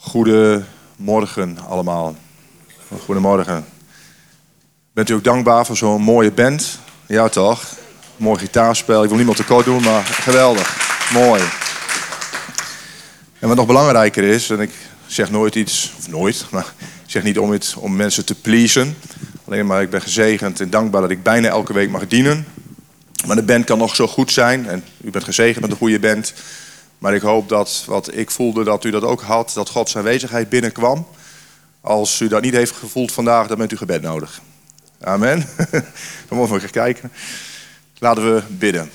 Goedemorgen allemaal. Goedemorgen. Bent u ook dankbaar voor zo'n mooie band? Ja toch? Mooi gitaarspel. Ik wil niemand tekort doen, maar geweldig. Mooi. En wat nog belangrijker is, en ik zeg nooit iets, of nooit, maar ik zeg niet om mensen te pleasen. Alleen maar ik ben gezegend en dankbaar dat ik bijna elke week mag dienen. Maar de band kan nog zo goed zijn en u bent gezegend met een goede band. Maar ik hoop dat wat ik voelde, dat u dat ook had, dat Gods aanwezigheid binnenkwam. Als u dat niet heeft gevoeld vandaag, dan bent u gebed nodig. Amen. Dan moeten we even kijken. Laten we bidden.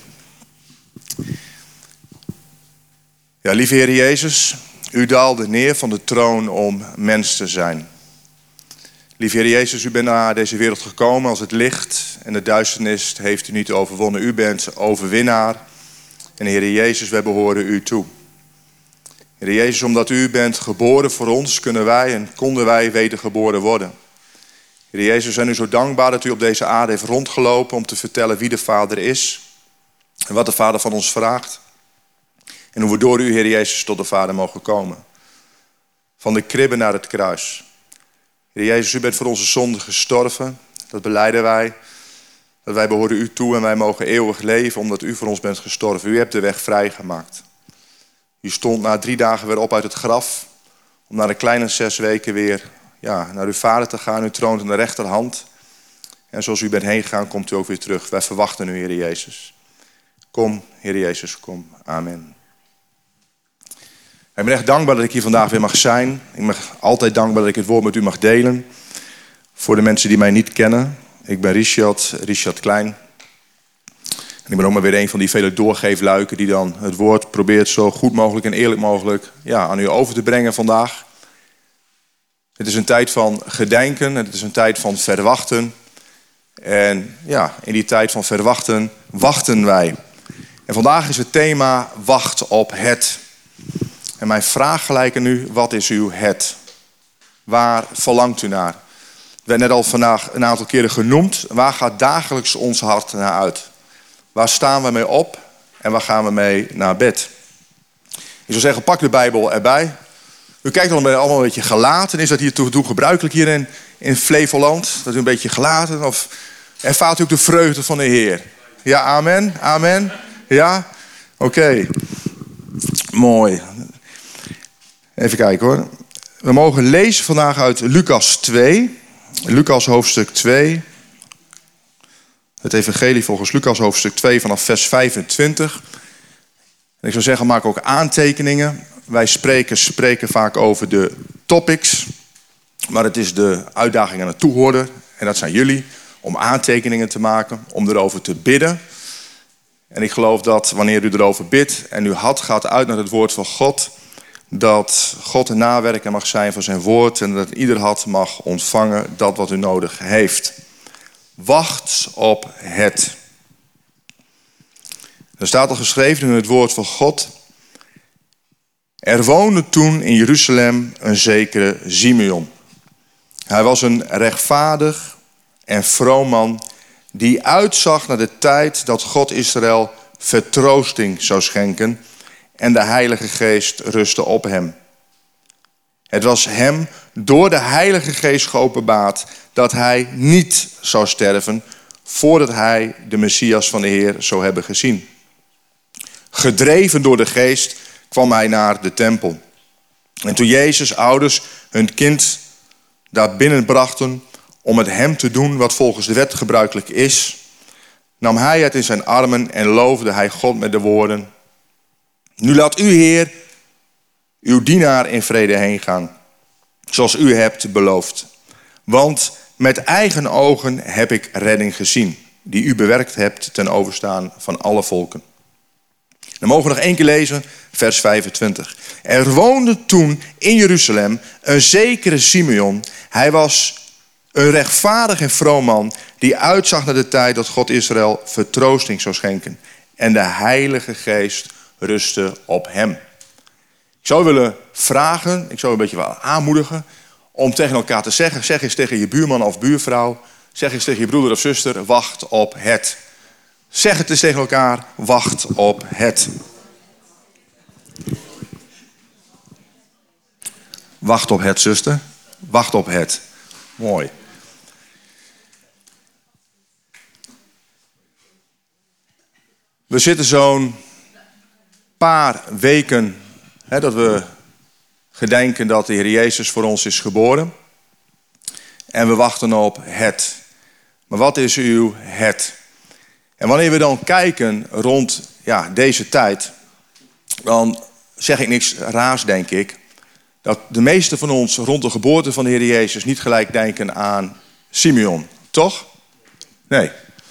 Ja, lieve Heer Jezus, u daalde neer van de troon om mens te zijn. Lieve Heer Jezus, u bent naar deze wereld gekomen als het licht en de duisternis heeft u niet overwonnen. U bent overwinnaar. En Heer Jezus, wij behoren u toe. Heer Jezus, omdat u bent geboren voor ons, kunnen wij en konden wij wedergeboren worden. Heer Jezus, we zijn u zo dankbaar dat u op deze aarde heeft rondgelopen om te vertellen wie de Vader is. En wat de Vader van ons vraagt. En hoe we door u, Heer Jezus, tot de Vader mogen komen. Van de kribbe naar het kruis. Heer Jezus, u bent voor onze zonden gestorven. Dat belijden wij. Dat wij behoren u toe en wij mogen eeuwig leven omdat u voor ons bent gestorven. U hebt de weg vrijgemaakt. U stond na 3 dagen weer op uit het graf. Om na een kleine 6 weken weer naar uw Vader te gaan. U troont aan de rechterhand. En zoals u bent heen gegaan, komt u ook weer terug. Wij verwachten u, Heer Jezus. Kom, Heer Jezus, kom. Amen. Ik ben echt dankbaar dat ik hier vandaag weer mag zijn. Ik ben altijd dankbaar dat ik het woord met u mag delen. Voor de mensen die mij niet kennen. Ik ben Richard Klein. En ik ben ook maar weer een van die vele doorgeefluiken die dan het woord probeert zo goed mogelijk en eerlijk mogelijk aan u over te brengen vandaag. Het is een tijd van gedenken, het is een tijd van verwachten. En in die tijd van verwachten, wachten wij. En vandaag is het thema wacht op het. En mijn vraag gelijk aan u, wat is uw het? Waar verlangt u naar? Het werd net al vandaag een aantal keren genoemd. Waar gaat dagelijks ons hart naar uit? Waar staan we mee op en waar gaan we mee naar bed? Ik zou zeggen, pak de Bijbel erbij. U kijkt allemaal een beetje gelaten. Is dat hier toe gebruikelijk hier in Flevoland? Dat u een beetje gelaten? Of ervaart u ook de vreugde van de Heer? Ja, amen? Amen? Ja? Oké. Mooi. Even kijken hoor. We mogen lezen vandaag uit Lucas 2. Lucas hoofdstuk 2. Het evangelie volgens Lucas hoofdstuk 2 vanaf vers 25. En ik zou zeggen, maak ook aantekeningen. Wij spreken vaak over de topics. Maar het is de uitdaging aan het toehoren. En dat zijn jullie. Om aantekeningen te maken. Om erover te bidden. En ik geloof dat wanneer u erover bidt. En uw hart gaat uit naar het woord van God. Dat God een nawerker mag zijn van zijn woord. En dat ieder hart mag ontvangen dat wat u nodig heeft. Wacht op het. Er staat al geschreven in het woord van God. Er woonde toen in Jeruzalem een zekere Simeon. Hij was een rechtvaardig en vroom man die uitzag naar de tijd dat God Israël vertroosting zou schenken en de Heilige Geest rustte op hem. Het was hem door de Heilige Geest geopenbaard dat hij niet zou sterven voordat hij de Messias van de Heer zou hebben gezien. Gedreven door de Geest kwam hij naar de tempel. En toen Jezus' ouders hun kind daar binnenbrachten om met hem te doen wat volgens de wet gebruikelijk is, nam hij het in zijn armen en loofde hij God met de woorden: Nu laat u, Heer, uw dienaar in vrede heen gaan, zoals u hebt beloofd. Want met eigen ogen heb ik redding gezien, die u bewerkt hebt ten overstaan van alle volken. Dan mogen we nog 1 keer lezen, vers 25. Er woonde toen in Jeruzalem een zekere Simeon. Hij was een rechtvaardig en vroom man die uitzag naar de tijd dat God Israël vertroosting zou schenken. En de Heilige Geest rustte op hem. Ik zou willen vragen, ik zou een beetje wel aanmoedigen om tegen elkaar te zeggen. Zeg eens tegen je buurman of buurvrouw. Zeg eens tegen je broeder of zuster, wacht op het. Zeg het eens tegen elkaar, wacht op het. Wacht op het, zuster. Wacht op het. Mooi. We zitten zo'n paar weken dat we gedenken dat de Heer Jezus voor ons is geboren. En we wachten op het. Maar wat is uw het? En wanneer we dan kijken rond deze tijd, dan zeg ik niks raars, denk ik. Dat de meesten van ons rond de geboorte van de Heer Jezus niet gelijk denken aan Simeon. Toch? Nee.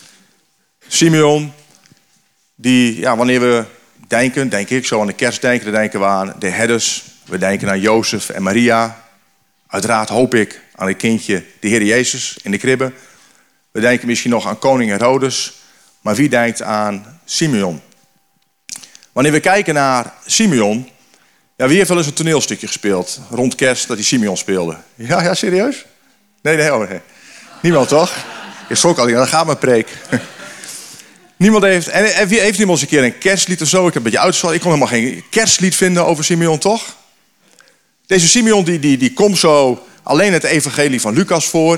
Simeon, die, wanneer we denken, denk ik, zo aan de kerst denken, dan denken we aan de herders. We denken aan Jozef en Maria. Uiteraard hoop ik aan het kindje, de Heer Jezus, in de kribbe. We denken misschien nog aan koning Herodes. Maar wie denkt aan Simeon? Wanneer we kijken naar Simeon, wie heeft wel eens een toneelstukje gespeeld rond kerst dat hij Simeon speelde? Ja, serieus? Nee. Niemand toch? Je schrok al, dan gaat mijn preek. Niemand heeft... En wie heeft iemand eens een keer een kerstlied of zo? Ik heb een beetje uitgescholden. Ik kon helemaal geen kerstlied vinden over Simeon, toch? Deze Simeon die komt zo alleen het evangelie van Lucas voor.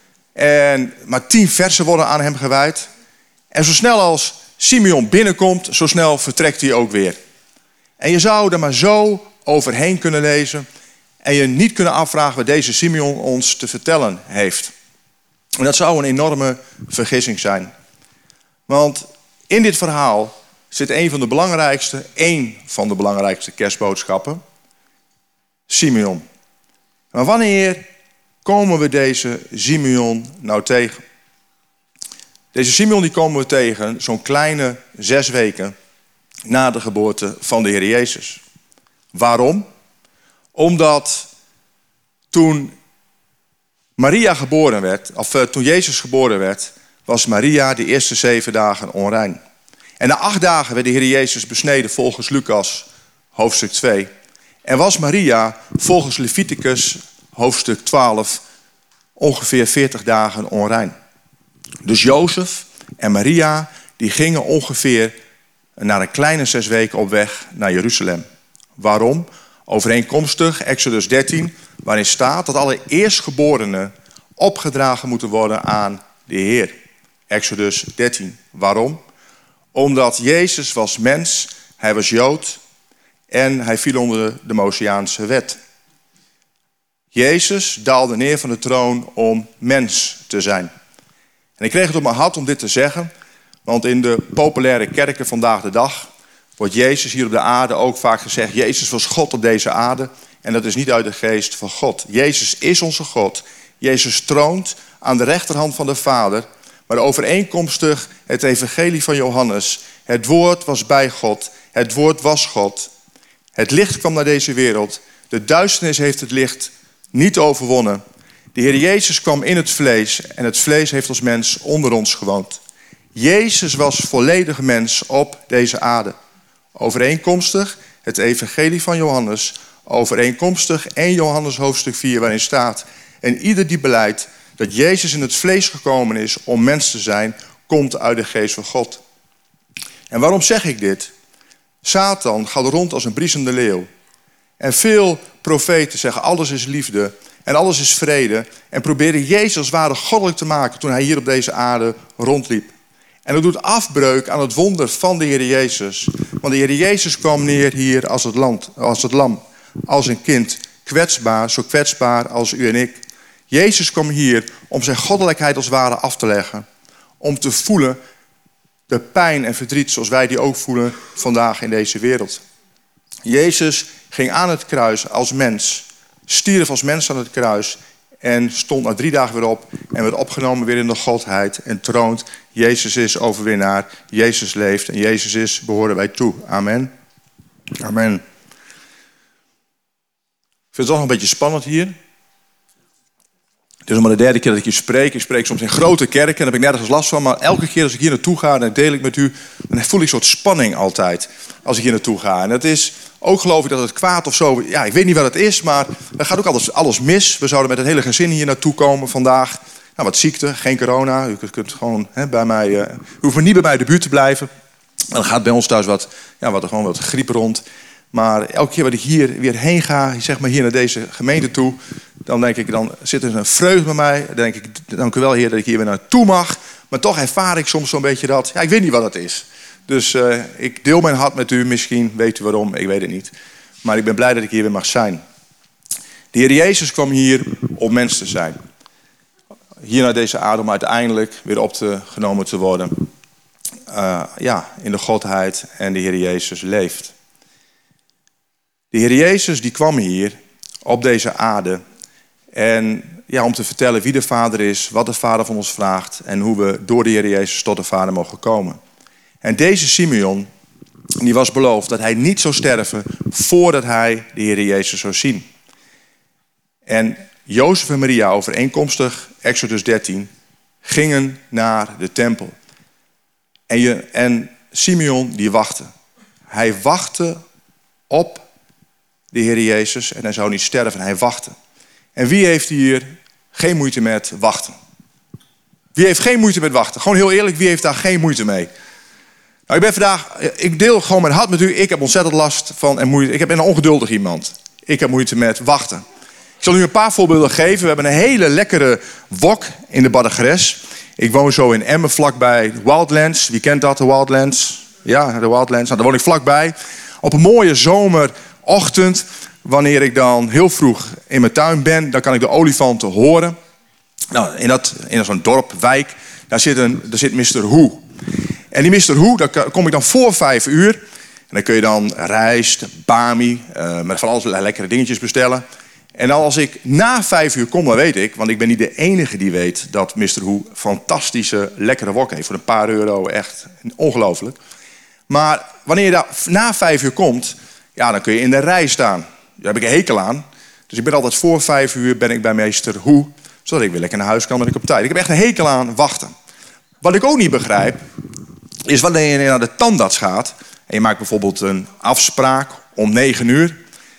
Maar 10 versen worden aan hem gewijd. En zo snel als Simeon binnenkomt, zo snel vertrekt hij ook weer. En je zou er maar zo overheen kunnen lezen en je niet kunnen afvragen wat deze Simeon ons te vertellen heeft. En dat zou een enorme vergissing zijn. Want in dit verhaal zit één van de belangrijkste kerstboodschappen. Simeon. Maar wanneer komen we deze Simeon nou tegen? Deze Simeon die komen we tegen zo'n kleine 6 weken na de geboorte van de Heer Jezus. Waarom? Omdat toen Maria geboren werd, toen Jezus geboren werd, was Maria de eerste 7 dagen onrein. En na 8 dagen werd de Heer Jezus besneden volgens Lucas hoofdstuk 2. En was Maria volgens Leviticus hoofdstuk 12 ongeveer 40 dagen onrein. Dus Jozef en Maria die gingen ongeveer na een kleine 6 weken op weg naar Jeruzalem. Waarom? Overeenkomstig Exodus 13, waarin staat dat alle eerstgeborenen opgedragen moeten worden aan de Heer. Exodus 13. Waarom? Omdat Jezus was mens, hij was Jood en hij viel onder de Moseaanse wet. Jezus daalde neer van de troon om mens te zijn. En ik kreeg het op mijn hart om dit te zeggen, want in de populaire kerken vandaag de dag wordt Jezus hier op de aarde ook vaak gezegd, Jezus was God op deze aarde en dat is niet uit de geest van God. Jezus is onze God. Jezus troont aan de rechterhand van de Vader, maar overeenkomstig het evangelie van Johannes, het woord was bij God, het woord was God. Het licht kwam naar deze wereld, de duisternis heeft het licht niet overwonnen. De Heer Jezus kwam in het vlees en het vlees heeft als mens onder ons gewoond. Jezus was volledig mens op deze aarde. Overeenkomstig het evangelie van Johannes, overeenkomstig 1 Johannes hoofdstuk 4 waarin staat, en ieder die belijdt dat Jezus in het vlees gekomen is om mens te zijn, komt uit de geest van God. En waarom zeg ik dit? Satan gaat rond als een briesende leeuw. En veel profeten zeggen alles is liefde en alles is vrede. En proberen Jezus als ware goddelijk te maken toen hij hier op deze aarde rondliep. En dat doet afbreuk aan het wonder van de Heer Jezus. Want de Heer Jezus kwam neer hier als het lam. Als een kind, kwetsbaar, zo kwetsbaar als u en ik. Jezus kwam hier om zijn goddelijkheid als ware af te leggen. Om te voelen de pijn en verdriet zoals wij die ook voelen vandaag in deze wereld. Jezus ging aan het kruis als mens, stierf als mens aan het kruis en stond na 3 dagen weer op en werd opgenomen weer in de godheid en troont. Jezus is overwinnaar, Jezus leeft en Jezus is, behoren wij toe. Amen. Amen. Ik vind het toch nog een beetje spannend hier. Het is al maar de 3e keer dat ik hier spreek. Ik spreek soms in grote kerken, daar heb ik nergens last van. Maar elke keer als ik hier naartoe ga, dan deel ik met u, dan voel ik een soort spanning altijd als ik hier naartoe ga. En dat is ook, geloof ik, dat het kwaad of zo, ja, ik weet niet wat het is, maar er gaat ook alles mis. We zouden met het hele gezin hier naartoe komen vandaag. Nou, wat ziekte, geen corona. U kunt gewoon bij mij, u hoeft niet bij mij in de buurt te blijven. Maar dan gaat bij ons thuis wat griep rond. Maar elke keer dat ik hier weer heen ga, zeg maar hier naar deze gemeente toe, dan denk ik, dan zit er een vreugde bij mij. Dan denk ik, dank u wel Heer dat ik hier weer naartoe mag. Maar toch ervaar ik soms zo'n beetje dat, ja, ik weet niet wat het is. Dus ik deel mijn hart met u, misschien weet u waarom, ik weet het niet. Maar ik ben blij dat ik hier weer mag zijn. De Heer Jezus kwam hier om mens te zijn. Hier naar deze aarde om uiteindelijk weer opgenomen te worden. In de Godheid en de Heer Jezus leeft. De Heer Jezus die kwam hier op deze aarde. En ja, om te vertellen wie de Vader is, wat de Vader van ons vraagt. En hoe we door de Heer Jezus tot de Vader mogen komen. En deze Simeon, die was beloofd dat hij niet zou sterven voordat hij de Heer Jezus zou zien. En Jozef en Maria, overeenkomstig Exodus 13, gingen naar de tempel. En Simeon die wachtte. Hij wachtte op de Heer Jezus en hij zou niet sterven. Hij wachtte. En wie heeft hier geen moeite met wachten? Wie heeft geen moeite met wachten? Gewoon heel eerlijk, wie heeft daar geen moeite mee? Nou, ik deel gewoon mijn hart met u. Ik heb ontzettend last van en moeite. Ik ben een ongeduldig iemand. Ik heb moeite met wachten. Ik zal u een paar voorbeelden geven. We hebben een hele lekkere wok in de Baddegres. Ik woon zo in Emmen, vlakbij Wildlands. Wie kent dat, de Wildlands? Ja, de Wildlands. Nou, daar woon ik vlakbij. Op een mooie zomerochtend, wanneer ik dan heel vroeg in mijn tuin ben, dan kan ik de olifanten horen. Nou, in zo'n dorp, wijk, daar zit Mr. Hoe. En die Mr. Hoe, daar kom ik dan voor 5 uur. En dan kun je dan rijst, bami, met van allerlei lekkere dingetjes bestellen. En dan als ik na 5 uur kom, dan weet ik, want ik ben niet de enige die weet dat Mr. Hoe fantastische, lekkere wok heeft. Voor een paar euro, echt ongelooflijk. Maar wanneer je daar na 5 uur komt, ja, dan kun je in de rij staan. Daar heb ik een hekel aan. Dus ik ben altijd voor 5 uur ben ik bij Mr. Hoe, zodat ik weer lekker naar huis kan, dat ik op tijd. Ik heb echt een hekel aan wachten. Wat ik ook niet begrijp, is wanneer je naar de tandarts gaat en je maakt bijvoorbeeld een afspraak om 9 uur,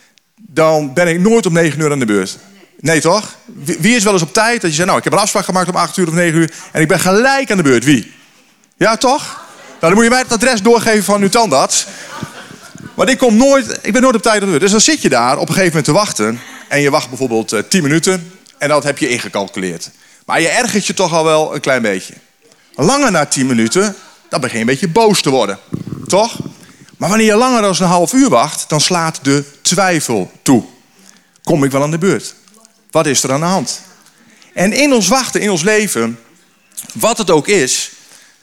dan ben ik nooit om 9 uur aan de beurt. Nee toch? Wie is wel eens op tijd dat je zegt, nou, ik heb een afspraak gemaakt om 8 uur of 9 uur en ik ben gelijk aan de beurt. Wie? Ja toch? Nou, dan moet je mij het adres doorgeven van uw tandarts. Want ik ben nooit op tijd aan de beurt. Dus dan zit je daar op een gegeven moment te wachten en je wacht bijvoorbeeld 10 minuten en dat heb je ingecalculeerd. Maar je ergert je toch al wel een klein beetje. Langer na 10 minuten, dan begin je een beetje boos te worden. Toch? Maar wanneer je langer dan een half uur wacht, dan slaat de twijfel toe. Kom ik wel aan de beurt? Wat is er aan de hand? En in ons wachten, in ons leven, wat het ook is,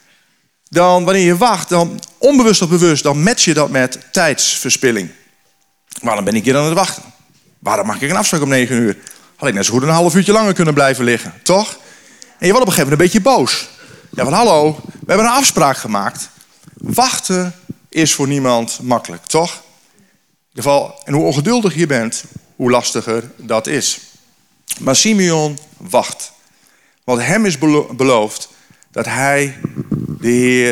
dan wanneer je wacht, dan onbewust of bewust, dan match je dat met tijdsverspilling. Waarom ben ik hier aan het wachten? Waarom maak ik een afspraak om 9 uur? Had ik net zo goed een half uurtje langer kunnen blijven liggen, toch? En je wordt op een gegeven moment een beetje boos. Ja, van hallo, we hebben een afspraak gemaakt. Wachten is voor niemand makkelijk, toch? In ieder geval, en hoe ongeduldig je bent, hoe lastiger dat is. Maar Simeon wacht. Want hem is beloofd dat hij de Heer,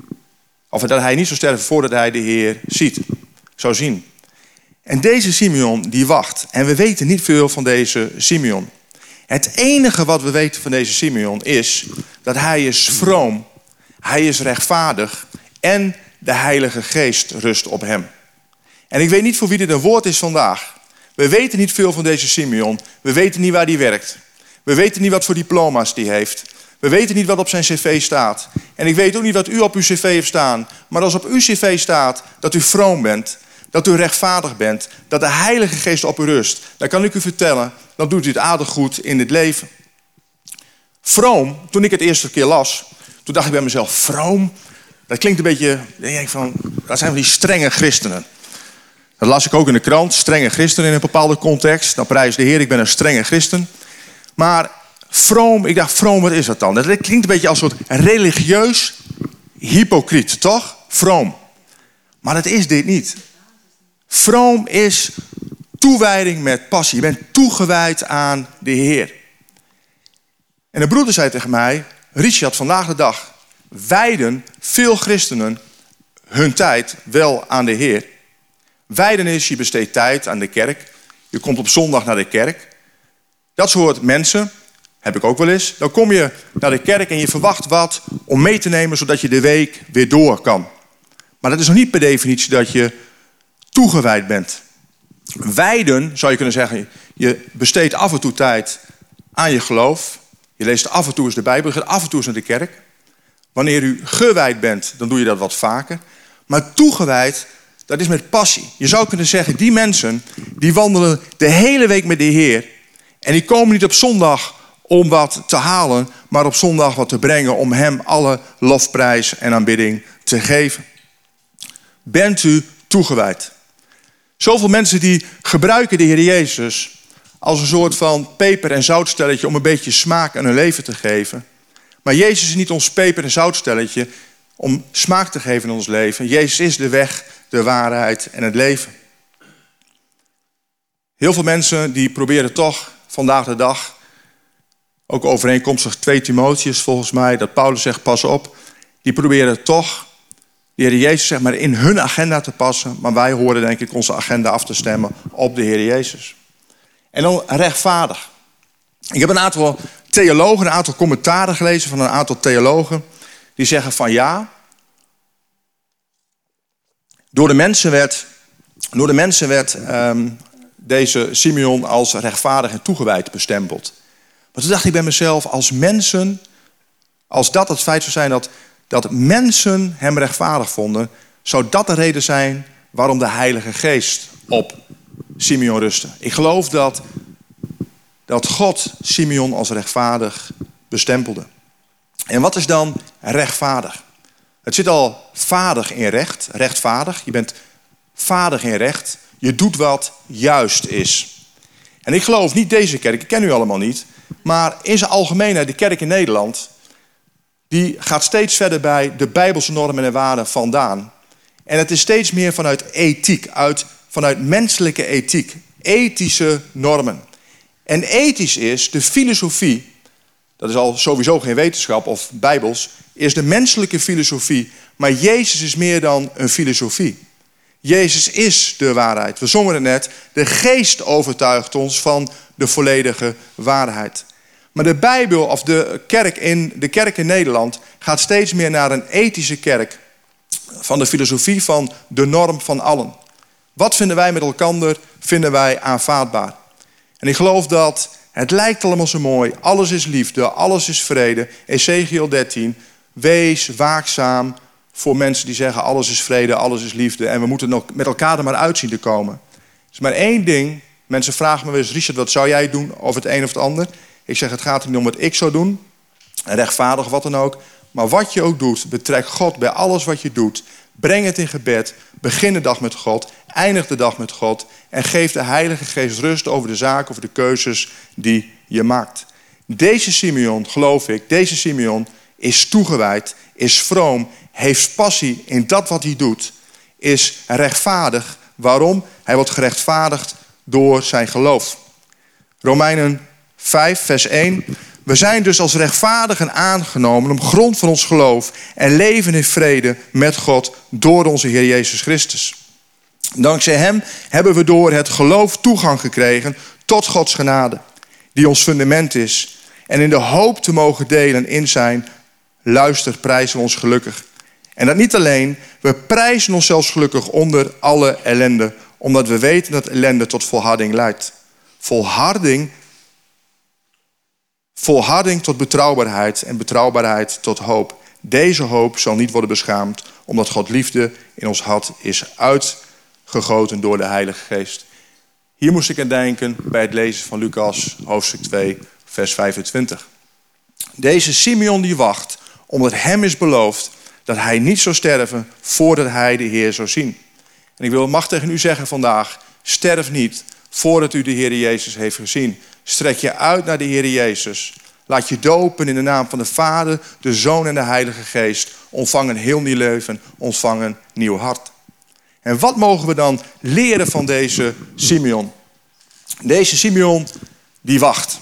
of dat hij niet zou sterven voordat hij de Heer zou zien. En deze Simeon die wacht. En we weten niet veel van deze Simeon. Het enige wat we weten van deze Simeon is dat hij is vroom, hij is rechtvaardig en de Heilige Geest rust op hem. En ik weet niet voor wie dit een woord is vandaag. We weten niet veel van deze Simeon. We weten niet waar hij werkt. We weten niet wat voor diploma's hij heeft. We weten niet wat op zijn cv staat. En ik weet ook niet wat u op uw cv heeft staan. Maar als op uw cv staat dat u vroom bent, dat u rechtvaardig bent, dat de Heilige Geest op u rust, dan kan ik u vertellen, dan doet u het aardig goed in dit leven. Vroom, toen ik het eerste keer las, toen dacht ik bij mezelf, vroom, dat klinkt een beetje, dat zijn van die strenge christenen. Dat las ik ook in de krant, strenge christenen in een bepaalde context. Dan prijs de Heer, ik ben een strenge christen. Maar vroom, ik dacht, vroom, wat is dat dan? Dat klinkt een beetje als een soort religieus hypocriet, toch? Vroom. Maar dat is dit niet. Vroom is toewijding met passie. Je bent toegewijd aan de Heer. En een broeder zei tegen mij, Richard, vandaag de dag wijden veel christenen hun tijd wel aan de Heer. Wijden is, je besteedt tijd aan de kerk. Je komt op zondag naar de kerk. Dat soort mensen, heb ik ook wel eens. Dan kom je naar de kerk en je verwacht wat om mee te nemen, zodat je de week weer door kan. Maar dat is nog niet per definitie dat je toegewijd bent. Wijden, zou je kunnen zeggen, je besteedt af en toe tijd aan je geloof. Je leest af en toe eens de Bijbel, je gaat af en toe eens naar de kerk. Wanneer u gewijd bent, dan doe je dat wat vaker. Maar toegewijd, dat is met passie. Je zou kunnen zeggen, die mensen die wandelen de hele week met de Heer. En die komen niet op zondag om wat te halen, maar op zondag wat te brengen om hem alle lofprijs en aanbidding te geven. Bent u toegewijd? Zoveel mensen die gebruiken de Heer Jezus als een soort van peper- en zoutstelletje om een beetje smaak aan hun leven te geven. Maar Jezus is niet ons peper- en zoutstelletje om smaak te geven in ons leven. Jezus is de weg, de waarheid en het leven. Heel veel mensen die proberen toch vandaag de dag, ook overeenkomstig 2 Timotheus volgens mij, dat Paulus zegt pas op, die proberen toch de Heer Jezus zeg maar in hun agenda te passen. Maar wij horen denk ik onze agenda af te stemmen op de Heer Jezus. En dan rechtvaardig. Ik heb een aantal theologen, een aantal commentaren gelezen van een aantal theologen. Die zeggen van ja, door de mensen werd deze Simeon als rechtvaardig en toegewijd bestempeld. Maar toen dacht ik bij mezelf, als dat het feit zou zijn dat mensen hem rechtvaardig vonden, zou dat de reden zijn waarom de Heilige Geest op Simeon rustte. Ik geloof dat God Simeon als rechtvaardig bestempelde. En wat is dan rechtvaardig? Het zit al vaardig in recht, rechtvaardig. Je bent vaardig in recht. Je doet wat juist is. En ik geloof niet deze kerk, ik ken u allemaal niet, maar in zijn algemeenheid, de kerk in Nederland, die gaat steeds verder bij de Bijbelse normen en waarden vandaan. En het is steeds meer vanuit ethiek, vanuit menselijke ethiek, ethische normen. En ethisch is de filosofie, dat is al sowieso geen wetenschap of bijbels, is de menselijke filosofie. Maar Jezus is meer dan een filosofie. Jezus is de waarheid. We zongen het net, de geest overtuigt ons van de volledige waarheid. Maar de Bijbel of de kerk in Nederland gaat steeds meer naar een ethische kerk van de filosofie van de norm van allen. Wat vinden wij met elkaar, vinden wij aanvaardbaar. En ik geloof dat het lijkt allemaal zo mooi. Alles is liefde, alles is vrede. Ezekiel 13. Wees waakzaam voor mensen die zeggen alles is vrede, alles is liefde. En we moeten nog met elkaar er maar uit zien te komen. Er is maar één ding. Mensen vragen me wel eens, Richard, wat zou jij doen of het een of het ander? Ik zeg, het gaat niet om wat ik zou doen. Rechtvaardig, wat dan ook. Maar wat je ook doet, betrek God bij alles wat je doet. Breng het in gebed. Begin de dag met God. Eindig de dag met God. En geef de Heilige Geest rust over de zaken, over de keuzes die je maakt. Deze Simeon, geloof ik, deze Simeon is toegewijd, is vroom, heeft passie in dat wat hij doet. Is rechtvaardig. Waarom? Hij wordt gerechtvaardigd door zijn geloof. Romeinen 5, vers 1. We zijn dus als rechtvaardigen aangenomen op grond van ons geloof en leven in vrede met God door onze Heer Jezus Christus. Dankzij hem hebben we door het geloof toegang gekregen tot Gods genade, die ons fundament is. En in de hoop te mogen delen in zijn luister prijzen we ons gelukkig. En dat niet alleen, we prijzen ons zelfs gelukkig onder alle ellende, omdat we weten dat ellende tot volharding leidt. Volharding tot betrouwbaarheid en betrouwbaarheid tot hoop. Deze hoop zal niet worden beschaamd, omdat God liefde in ons hart is uitgegoten door de Heilige Geest. Hier moest ik aan denken bij het lezen van Lucas hoofdstuk 2, vers 25. Deze Simeon die wacht, omdat hem is beloofd dat hij niet zou sterven voordat hij de Heer zou zien. En ik mag tegen u zeggen vandaag, sterf niet voordat u de Heer Jezus heeft gezien. Strek je uit naar de Heer Jezus. Laat je dopen in de naam van de Vader, de Zoon en de Heilige Geest. Ontvang een heel nieuw leven, ontvang een nieuw hart. En wat mogen we dan leren van deze Simeon? Deze Simeon die wacht.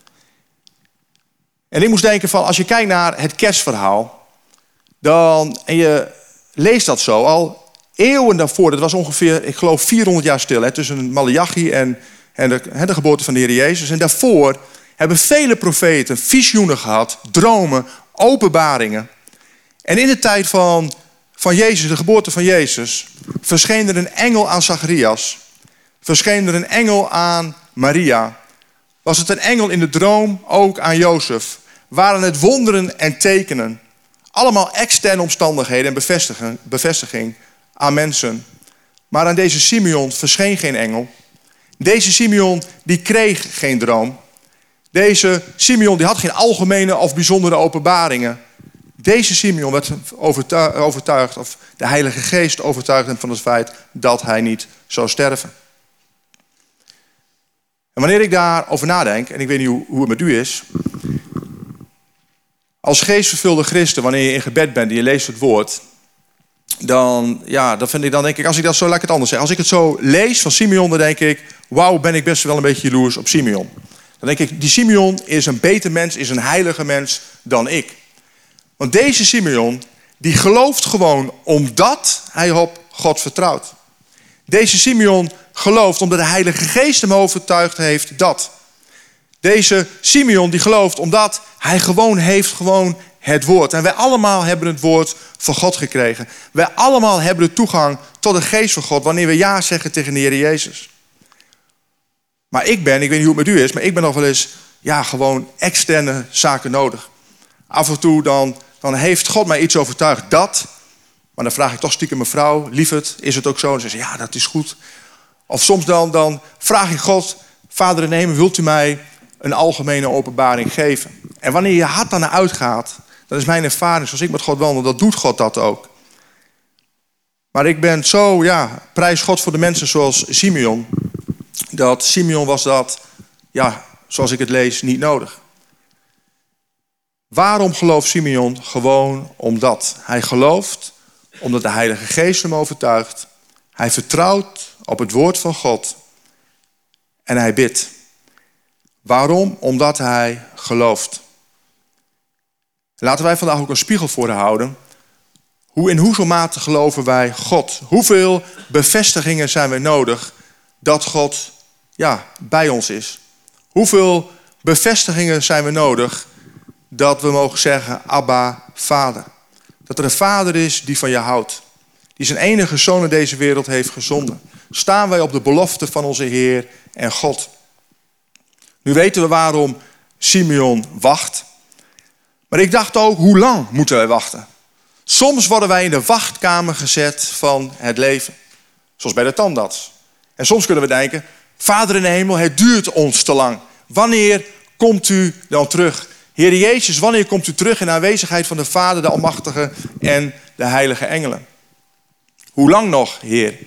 En ik moest denken van, als je kijkt naar het kerstverhaal, en je leest dat zo, al eeuwen daarvoor, dat was ongeveer, ik geloof 400 jaar stil, tussen Maleachi en de geboorte van de Heer Jezus. En daarvoor hebben vele profeten visioenen gehad, dromen, openbaringen. En in de tijd van van Jezus, de geboorte van Jezus, verscheen er een engel aan Zacharias. Verscheen er een engel aan Maria. Was het een engel in de droom ook aan Jozef. Waren het wonderen en tekenen. Allemaal externe omstandigheden en bevestiging aan mensen. Maar aan deze Simeon verscheen geen engel. Deze Simeon die kreeg geen droom. Deze Simeon die had geen algemene of bijzondere openbaringen. Deze Simeon werd overtuigd, of de Heilige Geest overtuigde hem van het feit dat hij niet zou sterven. En wanneer ik daarover nadenk, en ik weet niet hoe het met u is. Als geestvervulde christen, wanneer je in gebed bent en je leest het woord. Dan denk ik, als ik dat zo, laat ik het anders zeggen. Als ik het zo lees van Simeon, dan denk ik, wauw, ben ik best wel een beetje jaloers op Simeon. Dan denk ik, die Simeon is een beter mens, is een heilige mens dan ik. Want deze Simeon, die gelooft gewoon omdat hij op God vertrouwt. Deze Simeon gelooft omdat de Heilige Geest hem overtuigd heeft dat. Deze Simeon die gelooft omdat hij heeft het woord. En wij allemaal hebben het woord van God gekregen. Wij allemaal hebben de toegang tot de Geest van God wanneer we ja zeggen tegen de Heer Jezus. Maar ik weet niet hoe het met u is, maar ik ben nog wel eens gewoon externe zaken nodig. Af en toe dan heeft God mij iets overtuigd dat. Maar dan vraag ik toch stiekem mijn vrouw, lieverd, is het ook zo? En ze zegt, ja, dat is goed. Of soms dan vraag ik God, Vader in de hemel, wilt u mij een algemene openbaring geven? En wanneer je hart daarnaar uitgaat, dat is mijn ervaring, zoals ik met God wandel, dat doet God dat ook. Maar ik ben zo, prijs God voor de mensen zoals Simeon. Dat Simeon was dat, zoals ik het lees, niet nodig. Waarom gelooft Simeon? Gewoon omdat. Hij gelooft omdat de Heilige Geest hem overtuigt. Hij vertrouwt op het woord van God. En hij bidt. Waarom? Omdat hij gelooft. Laten wij vandaag ook een spiegel voor houden. In hoeveel mate geloven wij God? Hoeveel bevestigingen zijn we nodig dat God bij ons is? Hoeveel bevestigingen zijn we nodig dat we mogen zeggen, Abba, Vader. Dat er een Vader is die van je houdt. Die zijn enige Zoon in deze wereld heeft gezonden. Staan wij op de belofte van onze Heer en God. Nu weten we waarom Simeon wacht. Maar ik dacht ook, hoe lang moeten wij wachten? Soms worden wij in de wachtkamer gezet van het leven. Zoals bij de tandarts. En soms kunnen we denken, Vader in de hemel, het duurt ons te lang. Wanneer komt u dan terug? Heer Jezus, wanneer komt u terug in de aanwezigheid van de Vader, de Almachtige en de heilige engelen? Hoe lang nog, Heer?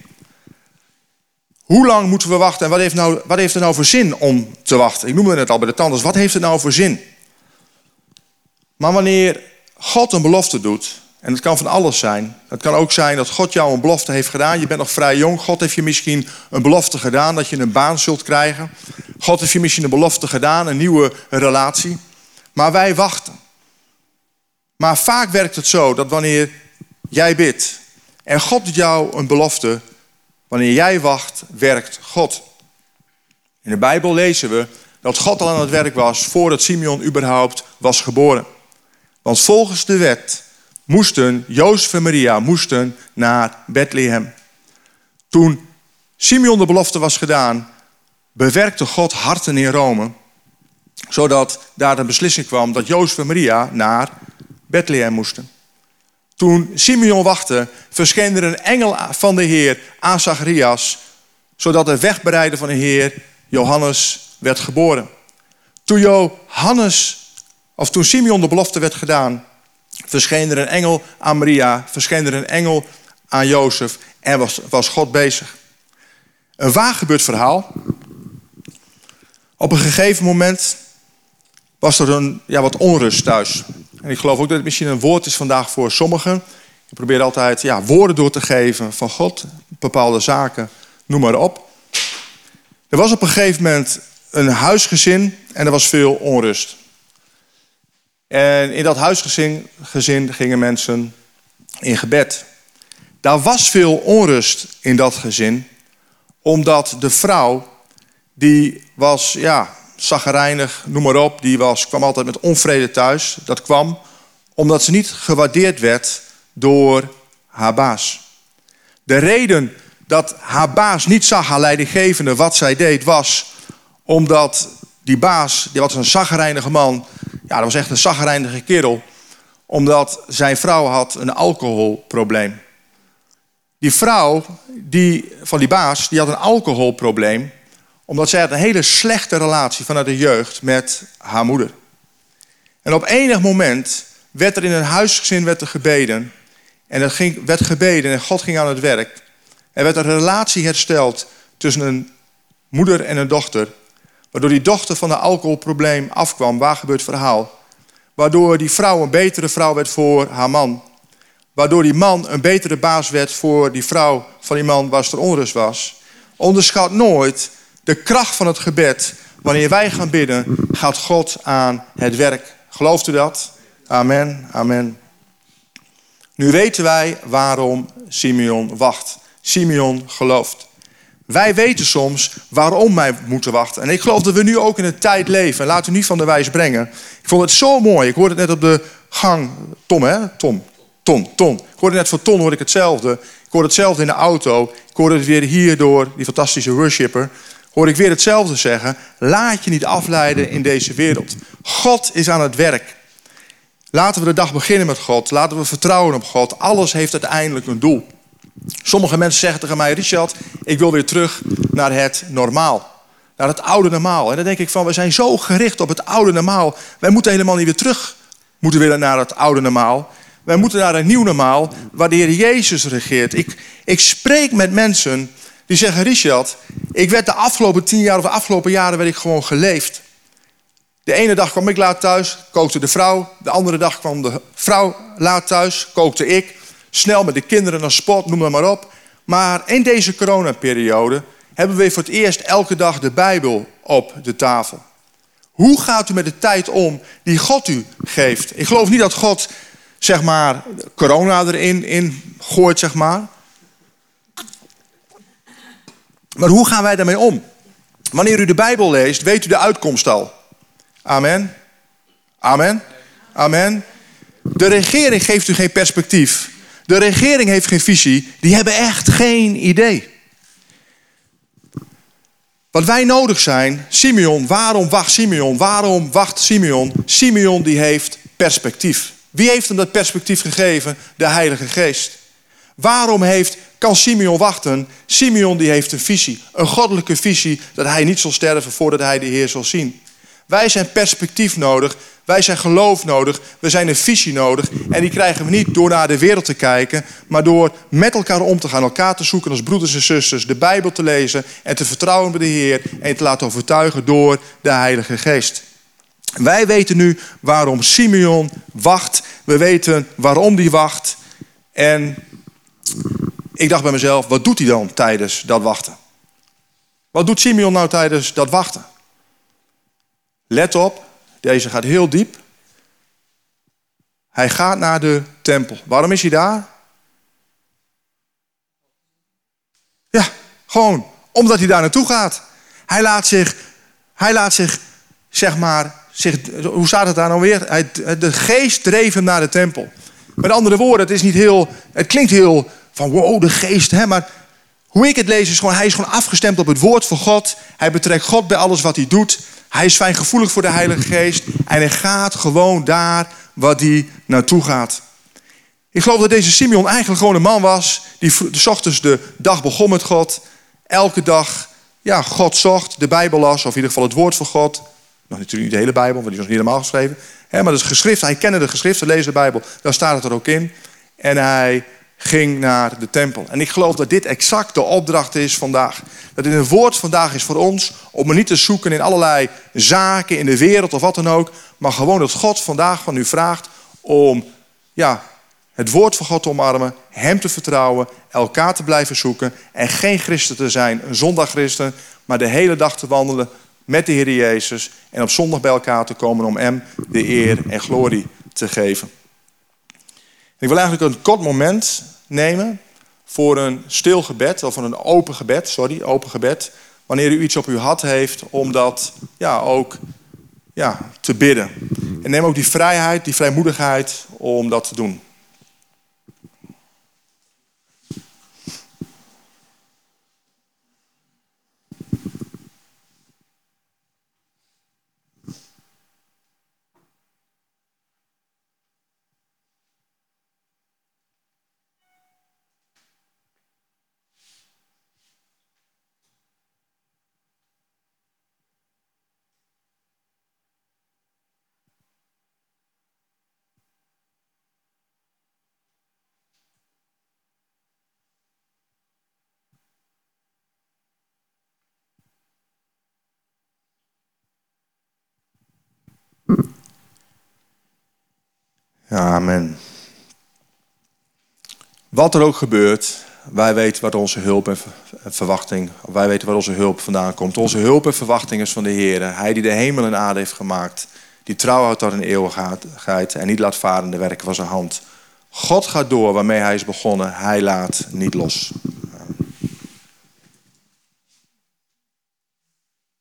Hoe lang moeten we wachten? En wat heeft er nou voor zin om te wachten? Ik noemde het net al bij de tandarts. Wat heeft het nou voor zin? Maar wanneer God een belofte doet, en het kan van alles zijn. Het kan ook zijn dat God jou een belofte heeft gedaan. Je bent nog vrij jong. God heeft je misschien een belofte gedaan dat je een baan zult krijgen. God heeft je misschien een belofte gedaan, een nieuwe relatie. Maar wij wachten. Maar vaak werkt het zo dat wanneer jij bidt en God doet jou een belofte, wanneer jij wacht, werkt God. In de Bijbel lezen we dat God al aan het werk was voordat Simeon überhaupt was geboren. Want volgens de wet moesten Jozef en Maria naar Bethlehem. Toen Simeon de belofte was gedaan, bewerkte God harten in Rome, zodat daar een beslissing kwam dat Jozef en Maria naar Bethlehem moesten. Toen Simeon wachtte, verscheen er een engel van de Heer aan Zacharias, zodat de wegbereider van de Heer, Johannes, werd geboren. Toen Simeon de belofte werd gedaan, verscheen er een engel aan Maria, verscheen er een engel aan Jozef en was God bezig. Een waar gebeurd verhaal. Op een gegeven moment was er wat onrust thuis. En ik geloof ook dat het misschien een woord is vandaag voor sommigen. Ik probeer altijd woorden door te geven van God, bepaalde zaken, noem maar op. Er was op een gegeven moment een huisgezin en er was veel onrust. En in dat huisgezin gingen mensen in gebed. Daar was veel onrust in dat gezin, omdat de vrouw, die was chagrijnig, noem maar op, kwam altijd met onvrede thuis. Dat kwam omdat ze niet gewaardeerd werd door haar baas. De reden dat haar baas niet zag, haar leidinggevende, wat zij deed, was omdat die baas, die was een chagrijnige man. Ja, dat was echt een chagrijnige kerel. Omdat zijn vrouw had een alcoholprobleem. Die vrouw van die baas, die had een alcoholprobleem. Omdat zij had een hele slechte relatie vanuit de jeugd met haar moeder. En op enig moment werd er in een huisgezin gebeden. En werd gebeden en God ging aan het werk. Er werd een relatie hersteld tussen een moeder en een dochter. Waardoor die dochter van een alcoholprobleem afkwam. Waar gebeurt het verhaal? Waardoor die vrouw een betere vrouw werd voor haar man. Waardoor die man een betere baas werd voor die vrouw van die man waar er onrust was. Onderschat nooit de kracht van het gebed. Wanneer wij gaan bidden, gaat God aan het werk. Gelooft u dat? Amen, amen. Nu weten wij waarom Simeon wacht. Simeon gelooft. Wij weten soms waarom wij moeten wachten. En ik geloof dat we nu ook in een tijd leven. En laten we niet van de wijs brengen. Ik vond het zo mooi. Ik hoorde het net op de gang. Tom, hè? Tom. Ik hoorde net van Ton hoorde ik hetzelfde. Ik hoorde hetzelfde in de auto. Ik hoorde het weer hier door die fantastische worshipper. Hoorde ik weer hetzelfde zeggen. Laat je niet afleiden in deze wereld. God is aan het werk. Laten we de dag beginnen met God. Laten we vertrouwen op God. Alles heeft uiteindelijk een doel. Sommige mensen zeggen tegen mij, Richard, ik wil weer terug naar het normaal. Naar het oude normaal. En dan denk ik van, we zijn zo gericht op het oude normaal. Wij moeten helemaal niet weer terug willen naar het oude normaal. Wij moeten naar een nieuw normaal waar de Heer Jezus regeert. Ik spreek met mensen die zeggen, Richard, ik werd de afgelopen 10 jaar of de afgelopen jaren werd ik gewoon geleefd. De ene dag kwam ik laat thuis, kookte de vrouw. De andere dag kwam de vrouw laat thuis, kookte ik. Snel met de kinderen naar sport, noem het maar op. Maar in deze coronaperiode hebben we voor het eerst elke dag de Bijbel op de tafel. Hoe gaat u met de tijd om die God u geeft? Ik geloof niet dat God, zeg maar, corona erin gooit, zeg maar. Maar hoe gaan wij daarmee om? Wanneer u de Bijbel leest, weet u de uitkomst al. Amen. Amen. Amen. De regering geeft u geen perspectief. De regering heeft geen visie. Die hebben echt geen idee. Wat wij nodig zijn, Simeon, waarom wacht Simeon? Waarom wacht Simeon? Simeon die heeft perspectief. Wie heeft hem dat perspectief gegeven? De Heilige Geest. Waarom kan Simeon wachten? Simeon die heeft een visie. Een goddelijke visie dat hij niet zal sterven voordat hij de Heer zal zien. Wij zijn perspectief nodig. Wij zijn geloof nodig. We zijn een visie nodig. En die krijgen we niet door naar de wereld te kijken. Maar door met elkaar om te gaan. Elkaar te zoeken als broeders en zusters. De Bijbel te lezen. En te vertrouwen bij de Heer. En te laten overtuigen door de Heilige Geest. Wij weten nu waarom Simeon wacht. We weten waarom die wacht. En ik dacht bij mezelf, wat doet hij dan tijdens dat wachten? Wat doet Simeon nou tijdens dat wachten? Let op, deze gaat heel diep. Hij gaat naar de tempel. Waarom is hij daar? Ja, gewoon omdat hij daar naartoe gaat. Hij laat zich, zeg maar, hoe staat het daar nou weer? De geest dreef hem naar de tempel. Met andere woorden, het klinkt heel van wow, de geest, hè, maar hoe ik het lees is gewoon, hij is gewoon afgestemd op het woord van God. Hij betrekt God bij alles wat hij doet. Hij is fijngevoelig voor de Heilige Geest. En hij gaat gewoon daar waar hij naartoe gaat. Ik geloof dat deze Simeon eigenlijk gewoon een man was. Die 's ochtends de dag begon met God. Elke dag God zocht, de Bijbel las. Of in ieder geval het woord van God. Nog natuurlijk niet de hele Bijbel, want die was niet helemaal geschreven. Maar het geschrift, hij kende de geschriften, lees de Bijbel. Daar staat het er ook in. En hij ging naar de tempel. En ik geloof dat dit exact de opdracht is vandaag. Dat dit een woord vandaag is voor ons. Om er niet te zoeken in allerlei zaken in de wereld of wat dan ook. Maar gewoon dat God vandaag van u vraagt om het woord van God te omarmen. Hem te vertrouwen. Elkaar te blijven zoeken. En geen christen te zijn, een zondagchristen. Maar de hele dag te wandelen met de Heer Jezus. En op zondag bij elkaar te komen om hem de eer en glorie te geven. Ik wil eigenlijk een kort moment nemen voor een stil gebed, of voor een open gebed. Wanneer u iets op uw hart heeft om dat ook te bidden. En neem ook die vrijheid, die vrijmoedigheid om dat te doen. Amen. Wat er ook gebeurt, wij weten wat onze hulp en verwachting, wij weten waar onze hulp vandaan komt. Onze hulp en verwachting is van de Heer. Hij die de hemel en aarde heeft gemaakt, die trouw houdt tot in eeuwigheid en niet laat varen de werken van zijn hand. God gaat door waarmee hij is begonnen, hij laat niet los.